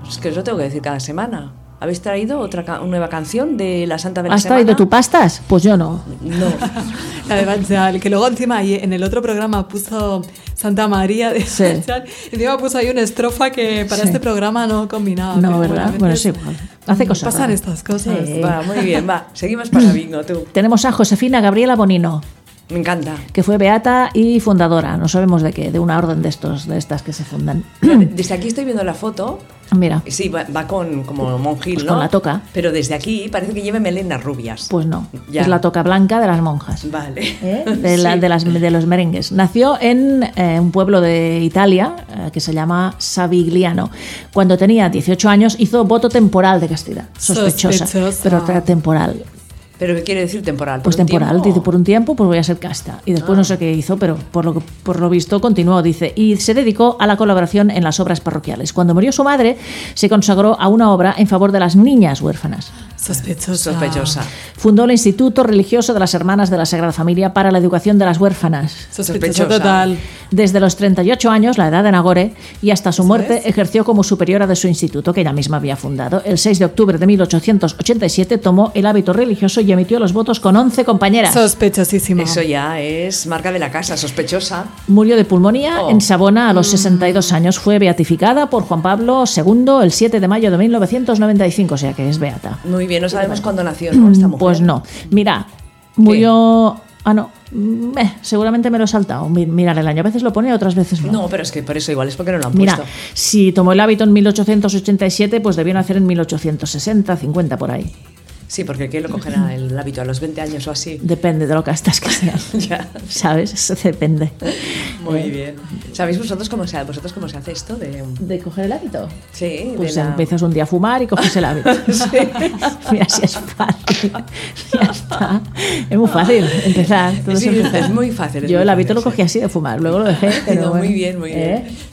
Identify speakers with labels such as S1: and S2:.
S1: Es que os lo tengo que decir cada semana. ¿Habéis traído una nueva canción de la Santa de la
S2: ¿Has
S1: Semana?
S2: traído tu pastas? Pues yo no.
S1: No.
S3: La de Banchal, que luego encima ahí en el otro programa puso Santa María de
S2: Sí.
S3: Banchal, y encima puso ahí una estrofa que para
S2: Sí.
S3: este programa no combinaba.
S2: No,
S3: pero
S2: ¿verdad?
S3: a
S2: Bueno,
S3: veces
S2: es igual. Hace cosas
S3: pasan
S2: raras.
S3: estas cosas.
S2: Sí.
S1: Va, muy bien, va. Seguimos para bingo, tú.
S2: Tenemos a Josefina Gabriela Bonino,
S1: Me encanta.
S2: que fue beata y fundadora, no sabemos de qué, de una orden de estas que se fundan.
S1: Mira, desde aquí estoy viendo la foto.
S2: Mira,
S1: Sí, va con como monjil,
S2: Pues
S1: ¿no?
S2: con la toca.
S1: Pero desde aquí parece que lleve melenas rubias.
S2: pues no,
S1: Ya.
S2: es la toca blanca de las monjas.
S1: Vale.
S2: De los merengues. Nació en un pueblo de Italia que se llama Savigliano. Cuando tenía 18 años hizo voto temporal de castidad. Sospechosa.
S3: Sospechosa.
S2: Pero temporal.
S1: ¿Pero qué quiere decir temporal? ¿Por
S2: Pues
S1: un
S2: temporal,
S1: tiempo?
S2: dice, por un tiempo pues voy a ser casta. Y después no sé qué hizo, pero por lo visto continuó, dice. Y se dedicó a la colaboración en las obras parroquiales. Cuando murió su madre, se consagró a una obra en favor de las niñas huérfanas.
S1: Sospechosa.
S2: Fundó el Instituto Religioso de las Hermanas de la Sagrada Familia para la Educación de las Huérfanas.
S3: Sospechosa
S1: Sospechosa.
S3: total.
S2: Desde los 38 años, la edad de Nagore, y hasta su muerte, ejerció como superiora de su instituto, que ella misma había fundado. El 6 de octubre de 1887 tomó el hábito religioso y emitió los votos con 11 compañeras.
S3: Sospechosísima.
S1: Eso ya es marca de la casa, sospechosa.
S2: Murió de pulmonía
S1: Oh.
S2: en Savona a los 62 años. Fue beatificada por Juan Pablo II el 7 de mayo de 1995, o sea que es beata.
S1: Muy bien, no sabemos cuándo nació, ¿no? Esta mujer.
S2: Pues no. Mira, murió... Ah, no. Seguramente me lo he saltado. Mirar el año. A veces lo pone, otras veces no.
S1: No, pero es que por eso igual es porque no lo han
S2: Mira,
S1: puesto.
S2: si tomó el hábito en 1887, pues debió nacer en 1860, 50 por ahí.
S1: Sí, porque ¿qué lo cogerá el hábito? ¿A los 20 años o así?
S2: Depende de lo castas que sean.
S1: Ya.
S2: ¿Sabes? Eso depende.
S1: Muy bien. ¿Sabéis vosotros cómo se hace esto?
S2: ¿De coger el hábito?
S1: Sí,
S2: Pues
S1: de la...
S2: empiezas un día a fumar y coges el hábito.
S1: Sí.
S2: Mira, si es fácil. Ya está. Es muy fácil empezar. Todo
S1: Sí,
S2: es empezar.
S1: es muy fácil. es
S2: Yo
S1: muy
S2: el hábito
S1: fácil,
S2: lo cogí así de fumar, luego lo dejé. Pero
S1: No,
S2: bueno,
S1: muy bien, muy bien.